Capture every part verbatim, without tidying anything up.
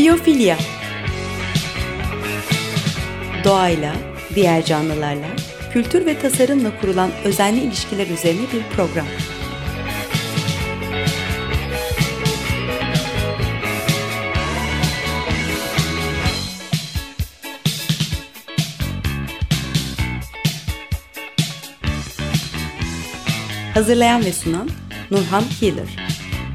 Biyofilya. Doğayla, diğer canlılarla, kültür ve tasarımla kurulan özenli ilişkiler üzerine bir program. Hazırlayan ve sunan Nurhan Healer.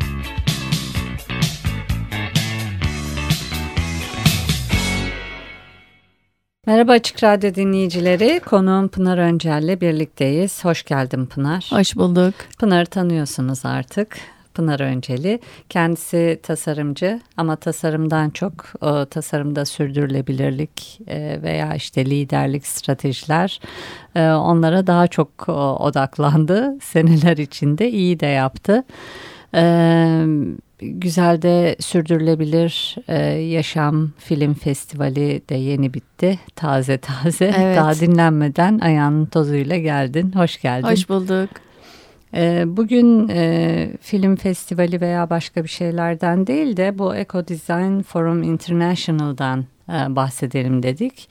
Merhaba Açık Radyo dinleyicileri, konuğum Pınar Öncel'le birlikteyiz. Hoş geldin Pınar. Hoş bulduk. Pınar'ı tanıyorsunuz artık. Pınar Öncel'i. Kendisi tasarımcı ama tasarımdan çok o, tasarımda sürdürülebilirlik e, veya işte liderlik stratejiler e, onlara daha çok o, odaklandı. Seneler içinde iyi de yaptı. Evet. Güzel de sürdürülebilir e, yaşam film festivali de yeni bitti. Taze taze. Evet. Daha dinlenmeden ayağının tozuyla geldin. Hoş geldin. Hoş bulduk. E, bugün e, film festivali veya başka bir şeylerden değil de bu Eco Design Forum International'dan e, bahsedelim dedik.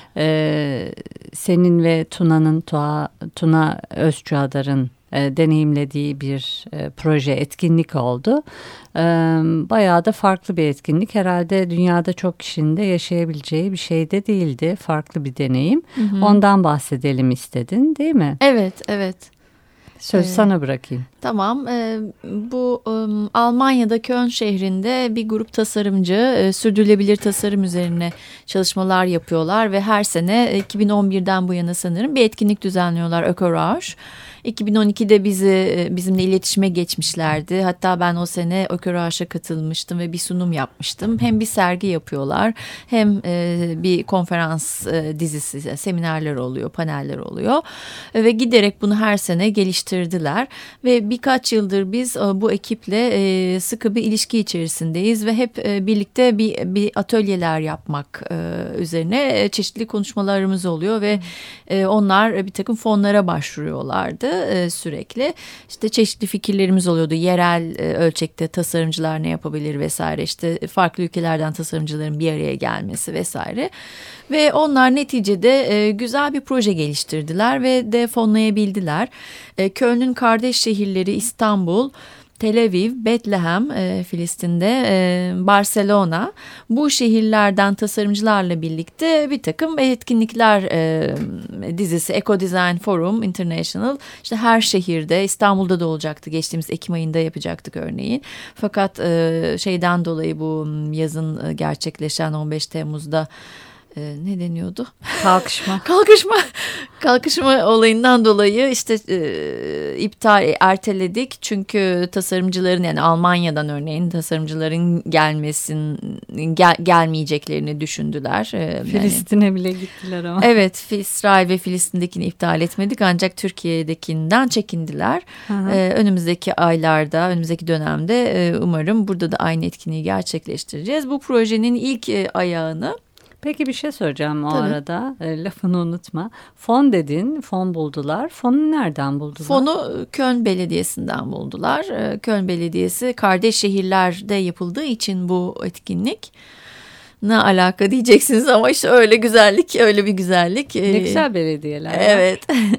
E, senin ve Tuna'nın, Tuna, Tuna Özçuadar'ın E, deneyimlediği bir e, proje, etkinlik oldu. E, bayağı da farklı bir etkinlik. Herhalde dünyada çok kişinin de yaşayabileceği bir şey de değildi. Farklı bir deneyim. Hı hı. Ondan bahsedelim istedin, değil mi? Evet, evet. Söz ee, sana bırakayım. Tamam. E, bu e, Almanya'da Köln şehrinde bir grup tasarımcı e, sürdürülebilir tasarım üzerine çalışmalar yapıyorlar ve her sene iki bin on birden bu yana sanırım bir etkinlik düzenliyorlar, Ökorausch. iki bin on ikide bizi bizimle iletişime geçmişlerdi. Hatta ben o sene Ökorausch'a katılmıştım ve bir sunum yapmıştım. Hem bir sergi yapıyorlar, hem e, bir konferans e, dizisi, seminerler oluyor, paneller oluyor. E, ve giderek bunu her sene geliştirdiler. Ve birkaç yıldır biz e, bu ekiple e, sıkı bir ilişki içerisindeyiz ve hep e, birlikte bir, bir atölyeler yapmak e, üzerine e, çeşitli konuşmalarımız oluyor ve e, onlar bir takım fonlara başvuruyorlardı. Sürekli işte çeşitli fikirlerimiz oluyordu. Yerel ölçekte tasarımcılar ne yapabilir vesaire, işte farklı ülkelerden tasarımcıların bir araya gelmesi vesaire. Ve onlar neticede güzel bir proje geliştirdiler ve de fonlayabildiler. Köln'ün kardeş şehirleri İstanbul, Tel Aviv, Bethlehem, e, Filistin'de, e, Barcelona, bu şehirlerden tasarımcılarla birlikte bir takım etkinlikler e, dizisi, Eco Design Forum International, işte her şehirde, İstanbul'da da olacaktı, geçtiğimiz Ekim ayında yapacaktık örneğin. Fakat e, şeyden dolayı, bu yazın gerçekleşen on beş Temmuz'da Ee, ne deniyordu? Kalkışma. Kalkışma. Kalkışma olayından dolayı işte e, iptal erteledik. Çünkü tasarımcıların, yani Almanya'dan örneğin tasarımcıların gelmesin gel, gelmeyeceklerini düşündüler. Ee, Filistin'e yani, bile gittiler ama. Evet, İsrail ve Filistin'dekini iptal etmedik ancak Türkiye'dekinden çekindiler. Ee, önümüzdeki aylarda, önümüzdeki dönemde e, umarım burada da aynı etkinliği gerçekleştireceğiz. Bu projenin ilk e, ayağını. Peki bir şey soracağım o Tabii. arada, e, lafını unutma. Fon dedin, fon buldular. Fonu nereden buldular? Fonu Köln Belediyesi'nden buldular. E, Köln Belediyesi kardeş şehirlerde yapıldığı için bu etkinlik. Ne alaka diyeceksiniz ama işte öyle güzellik, öyle bir güzellik. Ne güzel belediyeler. Evet.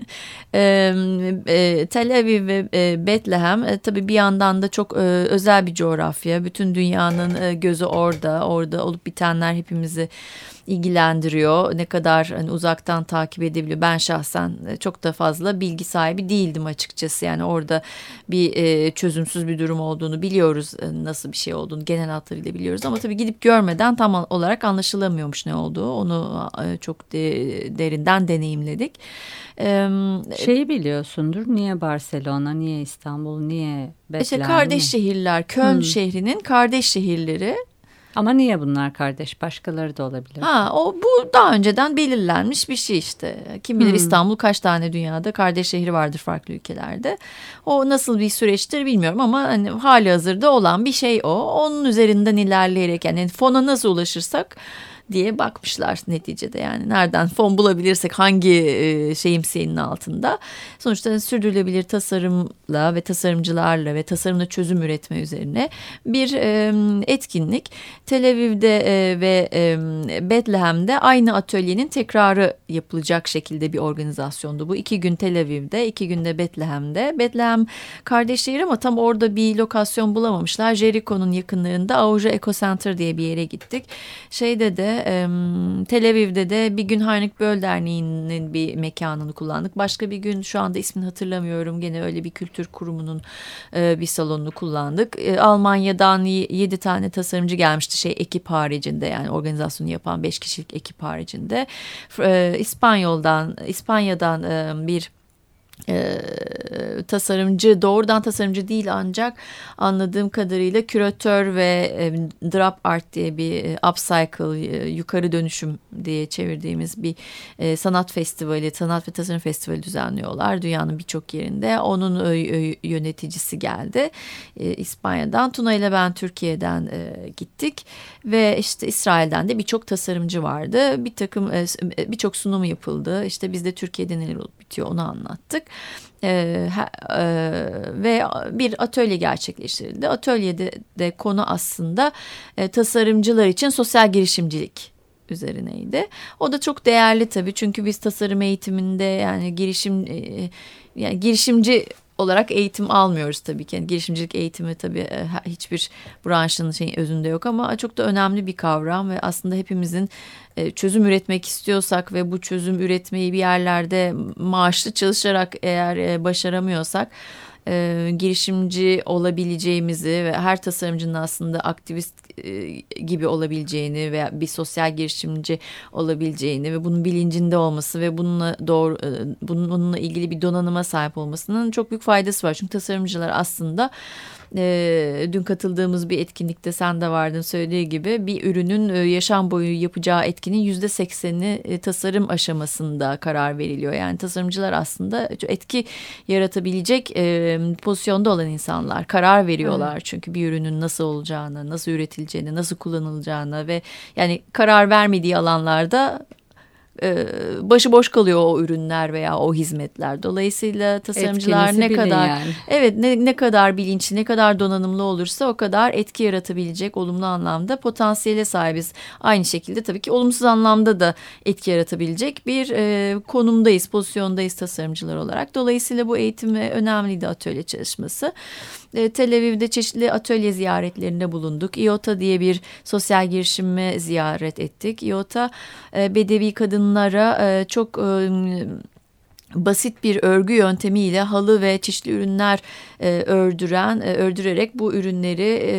e, e, Tel Aviv ve e, Bethlehem e, tabii bir yandan da çok e, özel bir coğrafya. Bütün dünyanın e, gözü orada. Orada olup bitenler hepimizi ilgilendiriyor. Ne kadar hani uzaktan takip edebiliyor. Ben şahsen çok da fazla bilgi sahibi değildim açıkçası. Yani orada bir e, çözümsüz bir durum olduğunu biliyoruz. E, nasıl bir şey olduğunu genel hatlarıyla biliyoruz. Ama tabii gidip görmeden tam olarak anlaşılamıyormuş ne olduğu. Onu e, çok de, derinden deneyimledik. E, Şeyi biliyorsundur. Niye Barcelona, niye İstanbul, niye Bethlehem? İşte kardeş şehirler. Köln hmm. şehrinin kardeş şehirleri. Ama niye bunlar kardeş? Başkaları da olabilir. Ha, o bu daha önceden belirlenmiş bir şey işte. Kim bilir hmm. İstanbul kaç tane dünyada kardeş şehri vardır farklı ülkelerde. O nasıl bir süreçtir bilmiyorum ama hani hali hazırda olan bir şey o. Onun üzerinden ilerleyerek, yani fona nasıl ulaşırsak diye bakmışlar neticede, yani nereden fon bulabilirsek hangi e, şemsiyenin altında. Sonuçta sürdürülebilir tasarımla ve tasarımcılarla ve tasarımla çözüm üretme üzerine bir e, etkinlik. Tel Aviv'de e, ve e, Bethlehem'de aynı atölyenin tekrarı yapılacak şekilde bir organizasyondu. Bu iki gün Tel Aviv'de, iki günde Bethlehem'de. Bethlehem kardeş şehir ama tam orada bir lokasyon bulamamışlar. Jericho'nun yakınlarında Auja Eco Center diye bir yere gittik. Şeyde de e, Tel Aviv'de de bir gün Heinrich Böll Derneği'nin bir mekanını kullandık. Başka bir gün, şu anda ismini hatırlamıyorum, gene öyle bir kültür kurumunun e, bir salonunu kullandık. E, Almanya'dan yedi tane tasarımcı gelmişti şey ekip haricinde, yani organizasyonu yapan beş kişilik ekip haricinde. E, İspanyol'dan, İspanya'dan e, bir E, tasarımcı, doğrudan tasarımcı değil ancak anladığım kadarıyla küratör ve e, drop art diye bir e, upcycle, e, yukarı dönüşüm diye çevirdiğimiz bir e, sanat festivali, sanat ve tasarım festivali düzenliyorlar dünyanın birçok yerinde. Onun e, e, yöneticisi geldi e, İspanya'dan. Tuna ile ben Türkiye'den e, gittik ve işte İsrail'den de birçok tasarımcı vardı. Bir takım e, birçok sunum yapıldı. İşte biz de Türkiye'de neler olup bitiyor onu anlattık. Ee, e, ve bir atölye gerçekleştirildi. Atölyede de konu aslında e, tasarımcılar için sosyal girişimcilik üzerineydi. O da çok değerli tabii, çünkü biz tasarım eğitiminde yani girişim e, yani girişimci olarak eğitim almıyoruz tabii ki. Yani girişimcilik eğitimi tabii hiçbir branşın şeyin özünde yok ama çok da önemli bir kavram ve aslında hepimizin çözüm üretmek istiyorsak ve bu çözüm üretmeyi bir yerlerde maaşlı çalışarak eğer başaramıyorsak E, girişimci olabileceğimizi ve her tasarımcının aslında aktivist e, gibi olabileceğini veya bir sosyal girişimci olabileceğini ve bunun bilincinde olması ve bununla doğru e, bununla ilgili bir donanıma sahip olmasının çok büyük faydası var. Çünkü tasarımcılar aslında E, dün katıldığımız bir etkinlikte sen de vardın söylediği gibi bir ürünün e, yaşam boyu yapacağı etkinin yüzde sekseni e, tasarım aşamasında karar veriliyor. Yani tasarımcılar aslında etki yaratabilecek e, pozisyonda olan insanlar, karar veriyorlar. Evet. Çünkü bir ürünün nasıl olacağını, nasıl üretileceğini, nasıl kullanılacağını ve yani karar vermediği alanlarda başıboş kalıyor o ürünler veya o hizmetler. Dolayısıyla tasarımcılar Etkinizi ne kadar yani. evet ne, ne kadar bilinçli, ne kadar donanımlı olursa o kadar etki yaratabilecek olumlu anlamda potansiyele sahibiz. Aynı şekilde tabii ki olumsuz anlamda da etki yaratabilecek bir e, konumdayız, pozisyondayız tasarımcılar olarak. Dolayısıyla bu eğitim önemliydi, atölye çalışması. E, Tel Aviv'de çeşitli atölye ziyaretlerinde bulunduk. İ O T A diye bir sosyal girişimi ziyaret ettik. İ O T A e, Bedevi kadınlara e, çok e, basit bir örgü yöntemiyle halı ve çeşitli ürünler e, ördüren, e, ördürerek bu ürünleri e,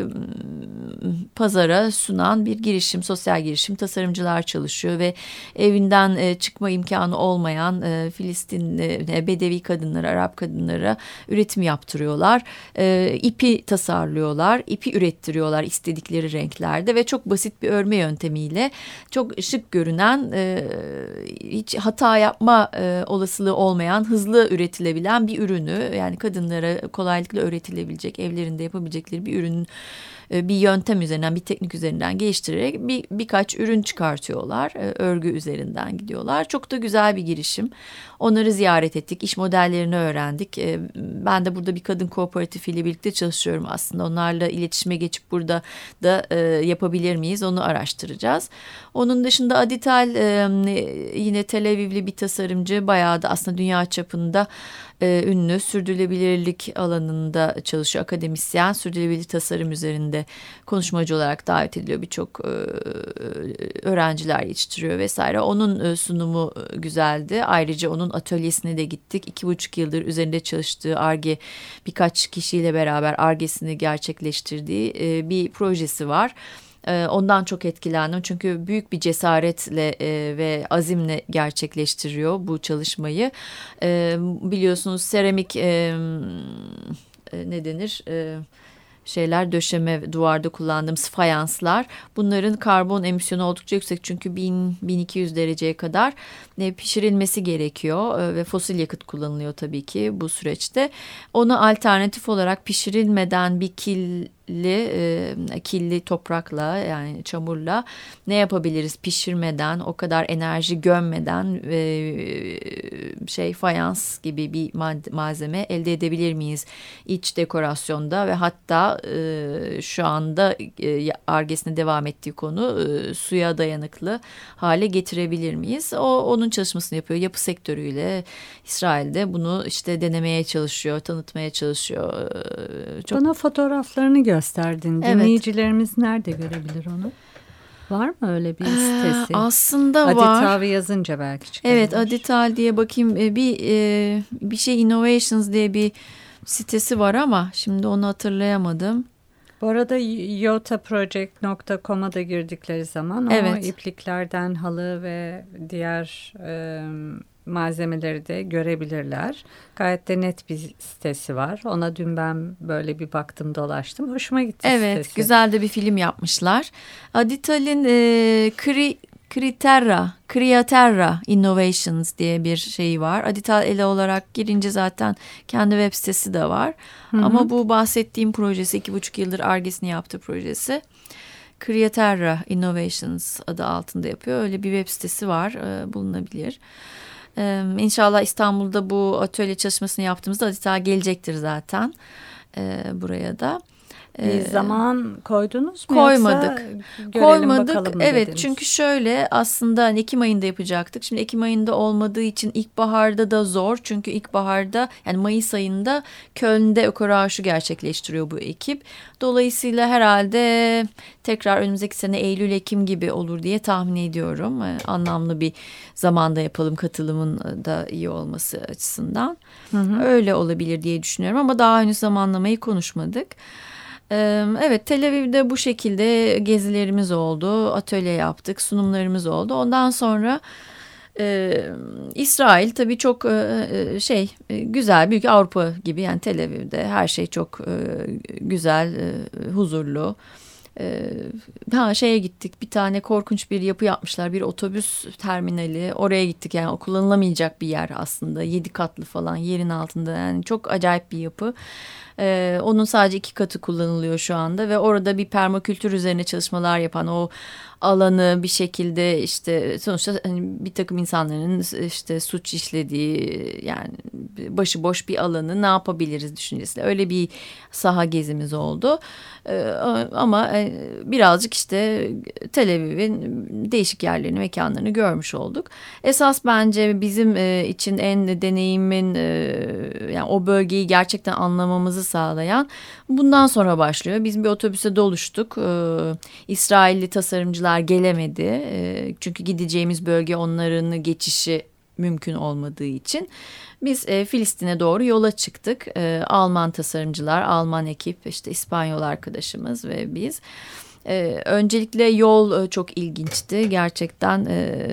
pazara sunan bir girişim, sosyal girişim. Tasarımcılar çalışıyor ve evinden e, çıkma imkanı olmayan e, Filistinli e, Bedevi kadınlara, Arap kadınlara üretim yaptırıyorlar. E, ipi tasarlıyorlar, ipi ürettiriyorlar istedikleri renklerde ve çok basit bir örme yöntemiyle çok şık görünen, e, hiç hata yapma e, olasılığı olmayan, hızlı üretilebilen bir ürünü, yani kadınlara kolaylıkla öğretilebilecek, evlerinde yapabilecekleri bir ürünün bir yöntem üzerinden, bir teknik üzerinden geliştirerek bir birkaç ürün çıkartıyorlar. Örgü üzerinden gidiyorlar. Çok da güzel bir girişim. Onları ziyaret ettik. İş modellerini öğrendik. Ben de burada bir kadın kooperatifiyle birlikte çalışıyorum aslında. Onlarla iletişime geçip burada da yapabilir miyiz? Onu araştıracağız. Onun dışında Adital yine Tel Avivli bir tasarımcı. Bayağı da aslında dünya çapında e, ünlü, sürdürülebilirlik alanında çalışıyor, akademisyen, sürdürülebilir tasarım üzerinde konuşmacı olarak davet ediliyor, birçok e, öğrenciler yetiştiriyor vesaire. Onun e, sunumu güzeldi. Ayrıca onun atölyesine de gittik. İki buçuk yıldır üzerinde çalıştığı Ar-Ge, birkaç kişiyle beraber Ar-Ge'sini gerçekleştirdiği e, bir projesi var. Ondan çok etkilendim çünkü büyük bir cesaretle e, ve azimle gerçekleştiriyor bu çalışmayı. E, biliyorsunuz seramik e, ne denir? E, şeyler, döşeme, duvarda kullandığımız fayanslar, bunların karbon emisyonu oldukça yüksek çünkü bin bin iki yüz dereceye kadar e, pişirilmesi gerekiyor e, ve fosil yakıt kullanılıyor tabii ki bu süreçte. Onu alternatif olarak pişirilmeden bir kil e, kirli toprakla yani çamurla ne yapabiliriz pişirmeden, o kadar enerji gömmeden e, şey fayans gibi bir malzeme elde edebilir miyiz iç dekorasyonda ve hatta e, şu anda e, Ar-Ge'sine devam ettiği konu e, suya dayanıklı hale getirebilir miyiz? O onun çalışmasını yapıyor. Yapı sektörüyle İsrail'de bunu işte denemeye çalışıyor, tanıtmaya çalışıyor. Çok... Bana fotoğraflarını gösterdin. Evet. Dinleyicilerimiz nerede görebilir onu? Var mı öyle bir sitesi? Ee, aslında Adital var. Adital yazınca belki çıkabilir. Evet, Adital diye bakayım. Bir bir şey Innovations diye bir sitesi var ama şimdi onu hatırlayamadım. Bu arada yotaproject nokta com'a da girdikleri zaman evet. o ipliklerden halı ve diğer e, malzemeleri de görebilirler. Gayet de net bir sitesi var. Ona dün ben böyle bir baktım, dolaştım. Hoşuma gitti evet, sitesi. Güzel de bir film yapmışlar. Adital'in e, Kri, Kriterra, Kriaterra Innovations diye bir şeyi var. Adital ele olarak girince zaten kendi web sitesi de var. Hı hı. Ama bu bahsettiğim projesi iki buçuk yıldır Ar-Ge'sini yaptığı projesi. Kriaterra Innovations adı altında yapıyor. Öyle bir web sitesi var, e, bulunabilir. Ee, İnşallah İstanbul'da bu atölye çalışmasını yaptığımızda Adital gelecektir zaten ee, buraya da. Bir zaman koydunuz mu? Koymadık. Koymadık. Evet, dediniz? Çünkü şöyle aslında hani Ekim ayında yapacaktık. Şimdi Ekim ayında olmadığı için ilkbaharda da zor. Çünkü ilkbaharda yani Mayıs ayında Köln'de Ökoraş'u gerçekleştiriyor bu ekip. Dolayısıyla herhalde tekrar önümüzdeki sene Eylül-Ekim gibi olur diye tahmin ediyorum. Ee, anlamlı bir zamanda yapalım, katılımın da iyi olması açısından. Hı hı. Öyle olabilir diye düşünüyorum ama daha henüz zamanlamayı konuşmadık. Evet, Tel Aviv'de bu şekilde gezilerimiz oldu, atölye yaptık, sunumlarımız oldu. Ondan sonra e, İsrail tabii çok e, şey güzel, büyük Avrupa gibi, yani Tel Aviv'de her şey çok e, güzel, e, huzurlu. Ee, ha şeye gittik, bir tane korkunç bir yapı yapmışlar, bir otobüs terminali, oraya gittik. Yani o kullanılamayacak bir yer aslında, yedi katlı falan, yerin altında, yani çok acayip bir yapı. Ee, onun sadece iki katı kullanılıyor şu anda ve orada bir permakültür üzerine çalışmalar yapan, o alanı bir şekilde işte sonuçta hani bir takım insanların işte suç işlediği, yani başıboş bir alanı ne yapabiliriz düşüncesiyle öyle bir saha gezimiz oldu. Ee, ama birazcık işte Tel Aviv'in değişik yerlerini, mekanlarını görmüş olduk. Esas bence bizim için en deneyimin, yani o bölgeyi gerçekten anlamamızı sağlayan bundan sonra başlıyor. Biz bir otobüse doluştuk. Ee, İsrailli tasarımcılar gelemedi. Ee, çünkü gideceğimiz bölge onların geçişi mümkün olmadığı için. Biz e, Filistin'e doğru yola çıktık. E, Alman tasarımcılar, Alman ekip, işte İspanyol arkadaşımız ve biz. E, öncelikle yol e, çok ilginçti. Gerçekten e,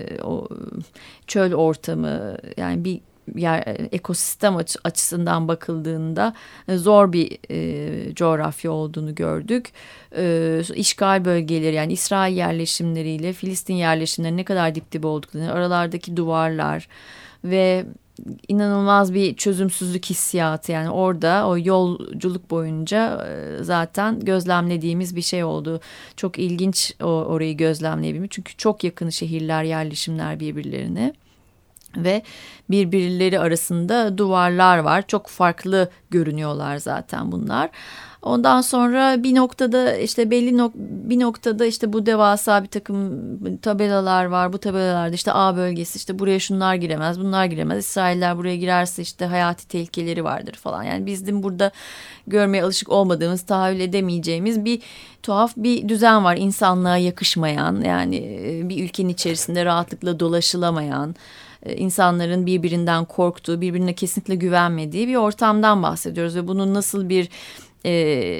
o çöl ortamı, yani bir yer, ekosistem açı, açısından bakıldığında e, zor bir e, coğrafya olduğunu gördük. E, işgal bölgeleri, yani İsrail yerleşimleriyle Filistin yerleşimleri ne kadar dip dibe olduklarını, aralardaki duvarlar ve inanılmaz bir çözümsüzlük hissiyatı, yani orada o yolculuk boyunca e, zaten gözlemlediğimiz bir şey oldu. Çok ilginç o, orayı gözlemleyebilmek, çünkü çok yakın şehirler, yerleşimler birbirlerine. Ve birbirleri arasında duvarlar var. Çok farklı görünüyorlar zaten bunlar. Ondan sonra bir noktada işte belli nok- bir noktada işte bu devasa bir takım tabelalar var. Bu tabelalarda işte A bölgesi, işte buraya şunlar giremez, bunlar giremez. İsrailler buraya girerse işte hayati tehlikeleri vardır falan. Yani bizim burada görmeye alışık olmadığımız, tahayyül edemeyeceğimiz bir tuhaf bir düzen var. İnsanlığa yakışmayan, yani bir ülkenin içerisinde rahatlıkla dolaşılamayan, insanların birbirinden korktuğu, birbirine kesinlikle güvenmediği bir ortamdan bahsediyoruz ve bunun nasıl bir e,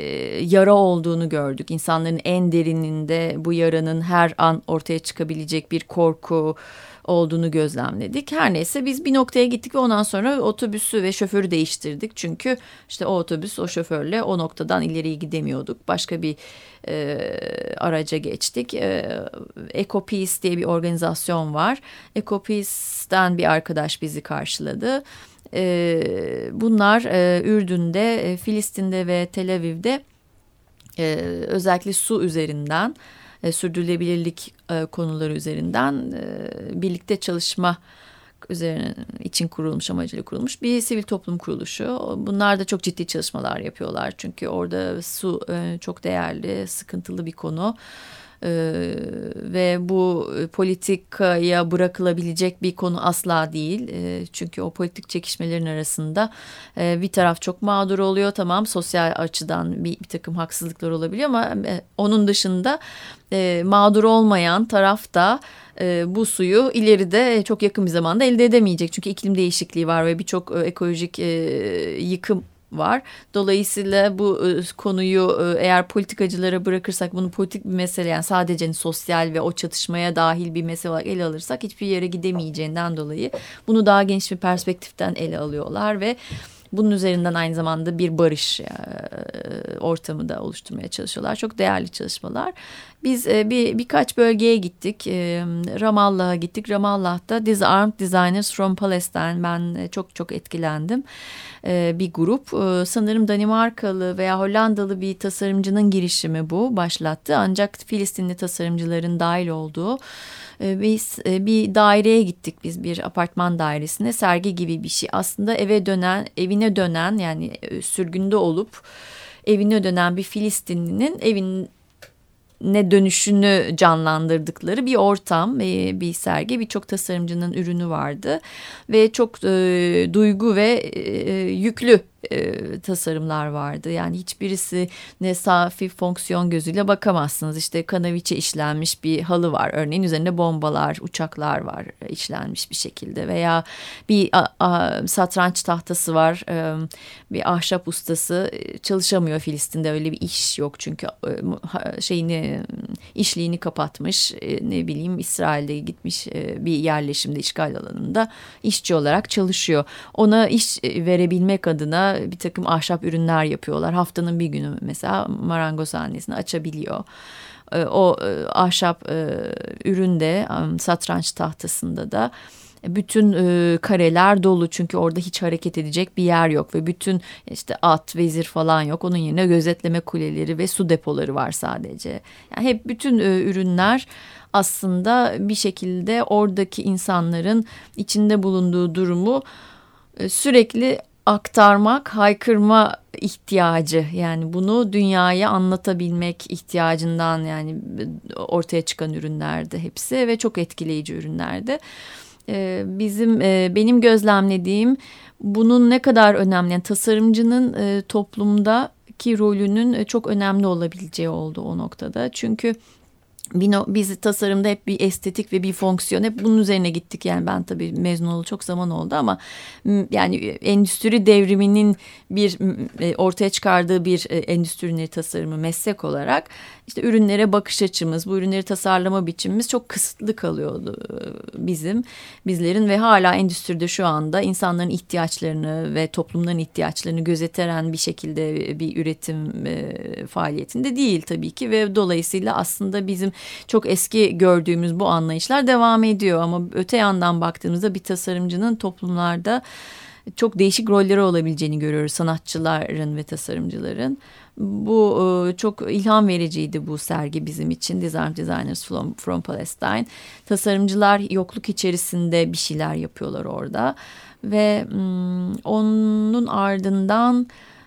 yara olduğunu gördük. İnsanların en derininde bu yaranın her an ortaya çıkabilecek bir korku olduğunu gözlemledik. Her neyse biz bir noktaya gittik ve ondan sonra otobüsü ve şoförü değiştirdik. Çünkü işte o otobüs o şoförle o noktadan ileriye gidemiyorduk. Başka bir e, araca geçtik. E, EcoPeace diye bir organizasyon var. EcoPeace'den bir arkadaş bizi karşıladı. E, bunlar e, Ürdün'de, e, Filistin'de ve Tel Aviv'de e, özellikle su üzerinden, e, sürdürülebilirlik e, konuları üzerinden e, birlikte çalışma üzerine için kurulmuş, amacıyla kurulmuş bir sivil toplum kuruluşu. Bunlar da çok ciddi çalışmalar yapıyorlar. Çünkü orada su e, çok değerli, sıkıntılı bir konu. Ee, ve bu politikaya bırakılabilecek bir konu asla değil. Ee, çünkü o politik çekişmelerin arasında e, bir taraf çok mağdur oluyor. Tamam, sosyal açıdan bir, bir takım haksızlıklar olabiliyor ama e, onun dışında e, mağdur olmayan taraf da e, bu suyu ileride çok yakın bir zamanda elde edemeyecek. Çünkü iklim değişikliği var ve birçok e, ekolojik e, yıkım var. Dolayısıyla bu konuyu eğer politikacılara bırakırsak, bunu politik bir mesele, yani sadece sosyal ve o çatışmaya dahil bir mesele olarak ele alırsak hiçbir yere gidemeyeceğinden dolayı bunu daha geniş bir perspektiften ele alıyorlar ve bunun üzerinden aynı zamanda bir barış ortamı da oluşturmaya çalışıyorlar. Çok değerli çalışmalar. Biz bir birkaç bölgeye gittik. Ramallah'a gittik. Ramallah'ta Disarmed Designers from Palestine. Ben çok çok etkilendim. Bir grup. Sanırım Danimarkalı veya Hollandalı bir tasarımcının girişimi bu. Başlattı. Ancak Filistinli tasarımcıların dahil olduğu biz bir daireye gittik, biz bir apartman dairesine. Sergi gibi bir şey aslında, eve dönen evine dönen, yani sürgünde olup evine dönen bir Filistinlinin evine dönüşünü canlandırdıkları bir ortam, bir sergi. Birçok tasarımcının ürünü vardı ve çok e, duygu ve e, yüklü E, tasarımlar vardı. Yani hiçbirisi ne safi fonksiyon gözüyle bakamazsınız. İşte kanaviçe işlenmiş bir halı var. Örneğin üzerinde bombalar, uçaklar var işlenmiş bir şekilde. Veya bir a, a, satranç tahtası var. E, bir ahşap ustası çalışamıyor Filistin'de. Öyle bir iş yok çünkü e, şeyini işliğini kapatmış. E, ne bileyim İsrail'de gitmiş e, bir yerleşimde, işgal alanında işçi olarak çalışıyor. Ona iş verebilmek adına bir takım ahşap ürünler yapıyorlar. Haftanın bir günü mesela marangozhanesini açabiliyor. O ahşap üründe, satranç tahtasında da bütün kareler dolu, çünkü orada hiç hareket edecek bir yer yok ve bütün işte at, vezir falan yok. Onun yerine gözetleme kuleleri ve su depoları var sadece. Yani hep bütün ürünler aslında bir şekilde oradaki insanların içinde bulunduğu durumu sürekli aktarmak, haykırma ihtiyacı, yani bunu dünyaya anlatabilmek ihtiyacından yani ortaya çıkan ürünlerdi hepsi ve çok etkileyici ürünlerdi. Ee, bizim e, benim gözlemlediğim bunun ne kadar önemli, yani tasarımcının e, toplumdaki rolünün e, çok önemli olabileceği oldu o noktada. Çünkü biz tasarımda hep bir estetik ve bir fonksiyon, hep bunun üzerine gittik. Yani ben tabii mezun olalı çok zaman oldu ama yani endüstri devriminin bir ortaya çıkardığı bir endüstri tasarımı meslek olarak işte ürünlere bakış açımız, bu ürünleri tasarlama biçimimiz çok kısıtlı kalıyordu bizim, bizlerin ve hala endüstride şu anda insanların ihtiyaçlarını ve toplumların ihtiyaçlarını gözeten bir şekilde bir üretim faaliyetinde değil tabii ki ve dolayısıyla aslında bizim çok eski gördüğümüz bu anlayışlar devam ediyor ama öte yandan baktığımızda bir tasarımcının toplumlarda çok değişik rolleri olabileceğini görüyoruz, sanatçıların ve tasarımcıların. Bu çok ilham vericiydi bu sergi bizim için. Disarmed Designers from, from Palestine. Tasarımcılar yokluk içerisinde bir şeyler yapıyorlar orada ve onun ardından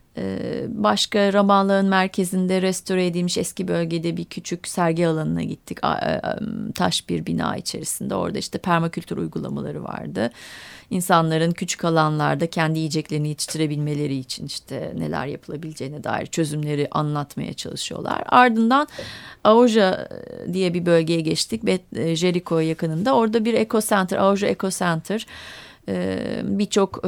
başka Ramallah'ın merkezinde restore edilmiş eski bölgede bir küçük sergi alanına gittik. Taş bir bina içerisinde, orada işte permakültür uygulamaları vardı. İnsanların küçük alanlarda kendi yiyeceklerini yetiştirebilmeleri için işte neler yapılabileceğine dair çözümleri anlatmaya çalışıyorlar. Ardından Aoja diye bir bölgeye geçtik. Jericho yakınında. Orada bir Eco Center, Aoja Eco Center. Birçok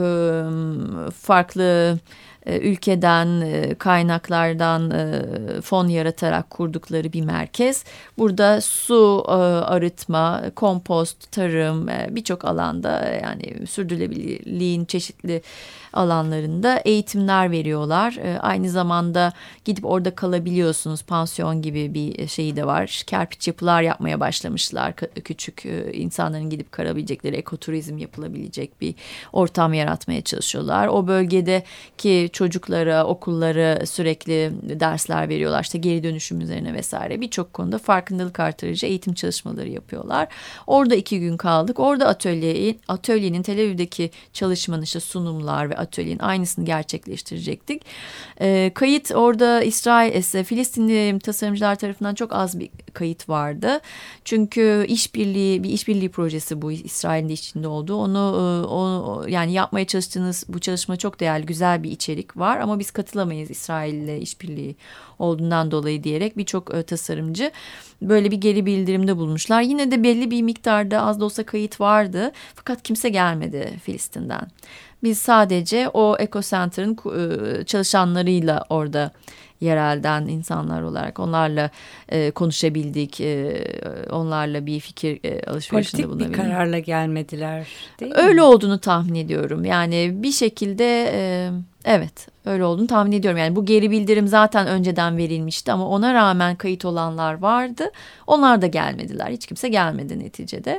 farklı ülkeden, kaynaklardan fon yaratarak kurdukları bir merkez. Burada su arıtma, kompost, tarım, birçok alanda, yani sürdürülebilirliğin çeşitli alanlarında eğitimler veriyorlar. Aynı zamanda gidip orada kalabiliyorsunuz. Pansiyon gibi bir şey de var. Kerpiç yapılar yapmaya başlamışlar. Küçük insanların gidip kalabilecekleri, ekoturizm yapılabilecek bir ortam yaratmaya çalışıyorlar. O bölgedeki çocuklara, okullara sürekli dersler veriyorlar. İşte geri dönüşüm üzerine vesaire. Birçok konuda farkındalık artırıcı eğitim çalışmaları yapıyorlar. Orada iki gün kaldık. Orada atölye, atölyenin Tel Aviv'deki çalışmanın işte sunumlar ve atölyenin aynısını gerçekleştirecektik. E, kayıt orada İsrail, Filistinli tasarımcılar tarafından çok az bir kayıt vardı. Çünkü işbirliği, bir işbirliği projesi bu, İsrail'in de içinde olduğu. Onu, onu yani yapmaya çalıştığınız bu çalışma çok değerli, güzel bir içerik var ama biz katılamayız İsrail'le işbirliği olduğundan dolayı diyerek birçok tasarımcı böyle bir geri bildirimde bulmuşlar. Yine de belli bir miktarda az da olsa kayıt vardı fakat kimse gelmedi Filistin'den. Biz sadece o Eco Center'ın çalışanlarıyla orada yerelden insanlar olarak onlarla e, konuşabildik, e, onlarla bir fikir e, alışverişinde bulunabildik. Politik bir kararla gelmediler değil mi? Öyle olduğunu tahmin ediyorum. Yani bir şekilde e, evet öyle olduğunu tahmin ediyorum. Yani bu geri bildirim zaten önceden verilmişti ama ona rağmen kayıt olanlar vardı. Onlar da gelmediler. Hiç kimse gelmedi neticede.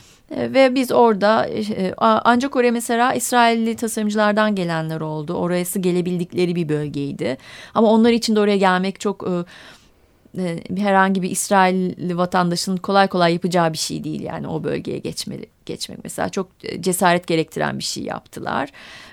Ve biz orada ancak oraya mesela İsrailli tasarımcılardan gelenler oldu. Orası gelebildikleri bir bölgeydi. Ama onlar için de oraya gelmek çok herhangi bir İsrailli vatandaşın kolay kolay yapacağı bir şey değil. Yani o bölgeye geçmeli, geçmek mesela çok cesaret gerektiren bir şey yaptılar.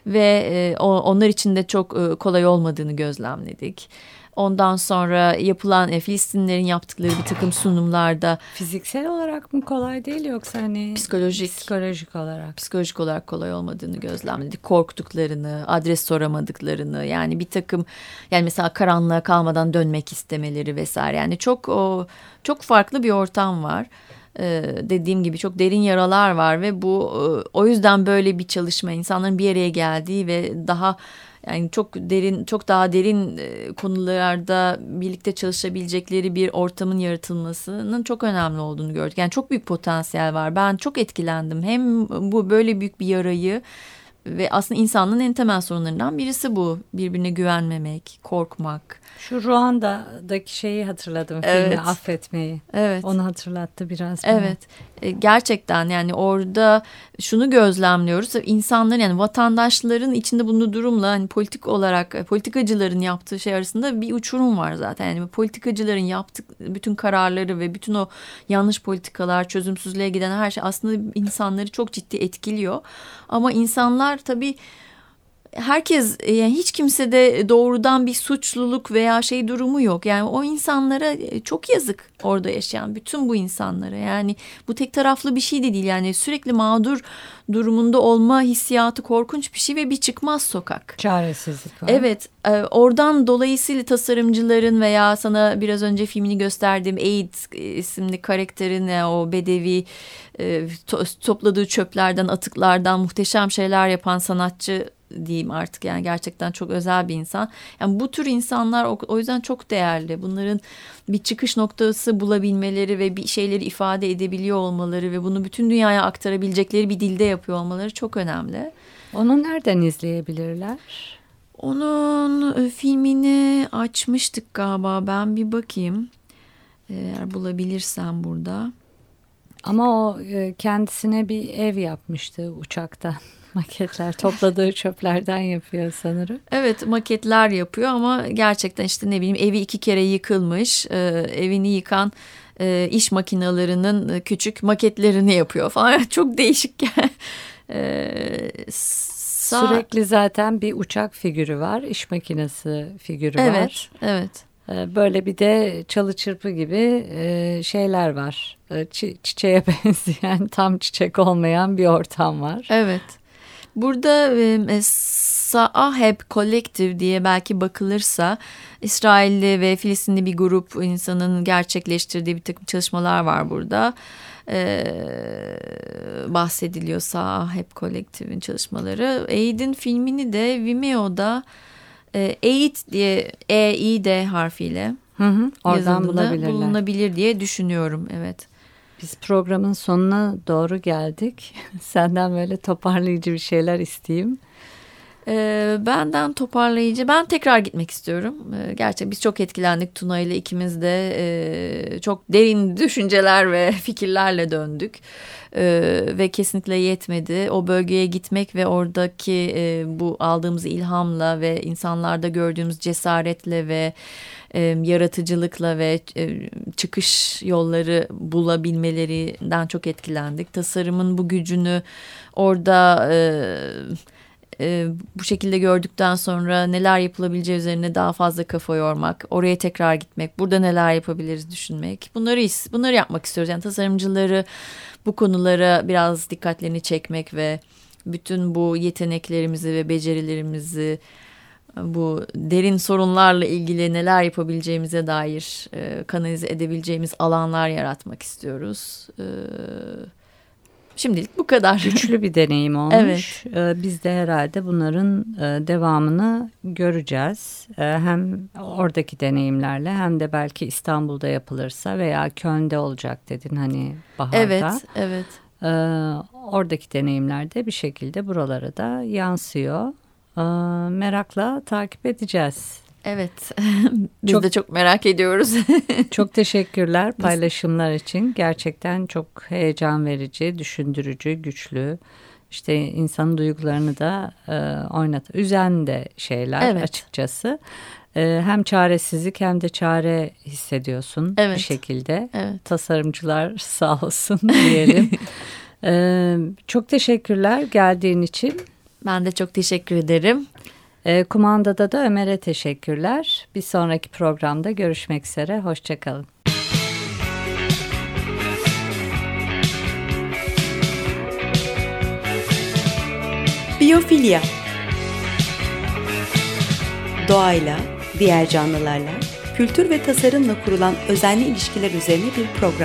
Ve onlar için de çok kolay olmadığını gözlemledik. Ondan sonra yapılan e, Filistinlilerin yaptıkları bir takım sunumlarda fiziksel olarak mı kolay değil yoksa hani psikolojik psikolojik olarak psikolojik olarak kolay olmadığını gözlemledik. Korktuklarını, adres soramadıklarını, yani bir takım yani mesela karanlığa kalmadan dönmek istemeleri vesaire. Yani çok o çok farklı bir ortam var. Ee, dediğim gibi çok derin yaralar var ve bu o yüzden böyle bir çalışma, insanların bir araya geldiği ve daha yani çok derin, çok daha derin konularda birlikte çalışabilecekleri bir ortamın yaratılmasının çok önemli olduğunu gördük. Yani çok büyük potansiyel var. Ben çok etkilendim. Hem bu böyle büyük bir yarayı ve aslında insanlığın en temel sorunlarından birisi bu. Birbirine güvenmemek, korkmak. Şu Ruanda'daki şeyi hatırladım. Evet. Filmi Affetmeyi. Evet. Onu hatırlattı biraz bana. Evet. Gerçekten yani orada şunu gözlemliyoruz. İnsanların yani vatandaşların içinde bulunduğu durumla hani politik olarak politikacıların yaptığı şey arasında bir uçurum var zaten. Yani politikacıların yaptığı bütün kararları ve bütün o yanlış politikalar, çözümsüzlüğe giden her şey aslında insanları çok ciddi etkiliyor. Ama insanlar tabii herkes yani hiç kimsede doğrudan bir suçluluk veya şey durumu yok. Yani o insanlara çok yazık, orada yaşayan bütün bu insanlara. Yani bu tek taraflı bir şey de değil. Yani sürekli mağdur durumunda olma hissiyatı korkunç bir şey ve bir çıkmaz sokak. Çaresizlik var. Evet, oradan dolayısıyla tasarımcıların veya sana biraz önce filmini gösterdiğim Aid isimli karakterin o bedevi topladığı çöplerden, atıklardan muhteşem şeyler yapan sanatçı diyeyim artık, yani gerçekten çok özel bir insan. Yani bu tür insanlar o, o yüzden çok değerli. Bunların bir çıkış noktası bulabilmeleri ve bir şeyleri ifade edebiliyor olmaları ve bunu bütün dünyaya aktarabilecekleri bir dilde yapıyor olmaları çok önemli. Onu nereden izleyebilirler? Onun filmini açmıştık galiba. Ben bir bakayım. Eğer bulabilirsem burada. Ama o kendisine bir ev yapmıştı uçakta. Maketler, topladığı çöplerden yapıyor sanırım. Evet, maketler yapıyor ama gerçekten işte ne bileyim evi iki kere yıkılmış, e, evini yıkan e, iş makinelerinin küçük maketlerini yapıyor falan. Çok değişik. e, sağ... Sürekli zaten bir uçak figürü var, iş makinesi figürü evet, var. Evet, evet. Böyle bir de çalı çırpı gibi şeyler var. Çi- çiçeğe benzeyen, tam çiçek olmayan bir ortam var. Evet. Burada e, Saheb Collective diye belki bakılırsa İsrailli ve Filistinli bir grup insanın gerçekleştirdiği bir takım çalışmalar var burada. Ee, bahsediliyor Saheb Collective'in çalışmaları. Aid'in filmini de Vimeo'da e, Aid diye E I D harfiyle hı hı, oradan bulabilirler. bulunabilir diye düşünüyorum. Evet. Biz programın sonuna doğru geldik. Senden böyle toparlayıcı bir şeyler isteyeyim. E, benden toparlayıcı, ben tekrar gitmek istiyorum. E, gerçekten biz çok etkilendik, Tuna ile ikimiz de e, çok derin düşünceler ve fikirlerle döndük. Ee, ve kesinlikle yetmedi. O bölgeye gitmek ve oradaki e, bu aldığımız ilhamla ve insanlarda gördüğümüz cesaretle ve e, yaratıcılıkla ve e, çıkış yolları bulabilmelerinden çok etkilendik. Tasarımın bu gücünü orada e, e, bu şekilde gördükten sonra neler yapılabileceği üzerine daha fazla kafa yormak, oraya tekrar gitmek, burada neler yapabiliriz düşünmek. Bunları bunları yapmak istiyoruz. Yani tasarımcıları bu konulara biraz dikkatlerini çekmek ve bütün bu yeteneklerimizi ve becerilerimizi bu derin sorunlarla ilgili neler yapabileceğimize dair e, kanalize edebileceğimiz alanlar yaratmak istiyoruz. E, şimdilik bu kadar. Güçlü bir deneyim olmuş. Evet. E, biz de herhalde bunların e, devamını göreceğiz. E, hem oradaki deneyimlerle hem de belki İstanbul'da yapılırsa veya Köln'de olacak dedin hani baharda. Evet, evet. E, oradaki deneyimler de bir şekilde buralara da yansıyor. E, merakla takip edeceğiz. Evet, biz çok, de çok merak ediyoruz. Çok teşekkürler paylaşımlar için. Gerçekten çok heyecan verici, düşündürücü, güçlü. İşte insanın duygularını da e, oynat, üzen de şeyler evet. açıkçası. E, hem çaresizlik hem de çare hissediyorsun evet. bir şekilde. Evet. Tasarımcılar sağ olsun diyelim. e, çok teşekkürler geldiğin için. Ben de çok teşekkür ederim. E, kumandada da Ömer'e teşekkürler. Bir sonraki programda görüşmek üzere. Hoşçakalın. Biyofilya. Doğayla, diğer canlılarla, kültür ve tasarımla kurulan özenli ilişkiler üzerine bir program.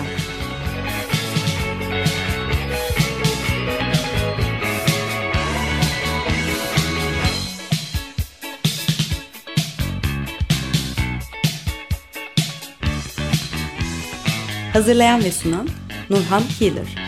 Hazırlayan ve sunan Nurhan Healer.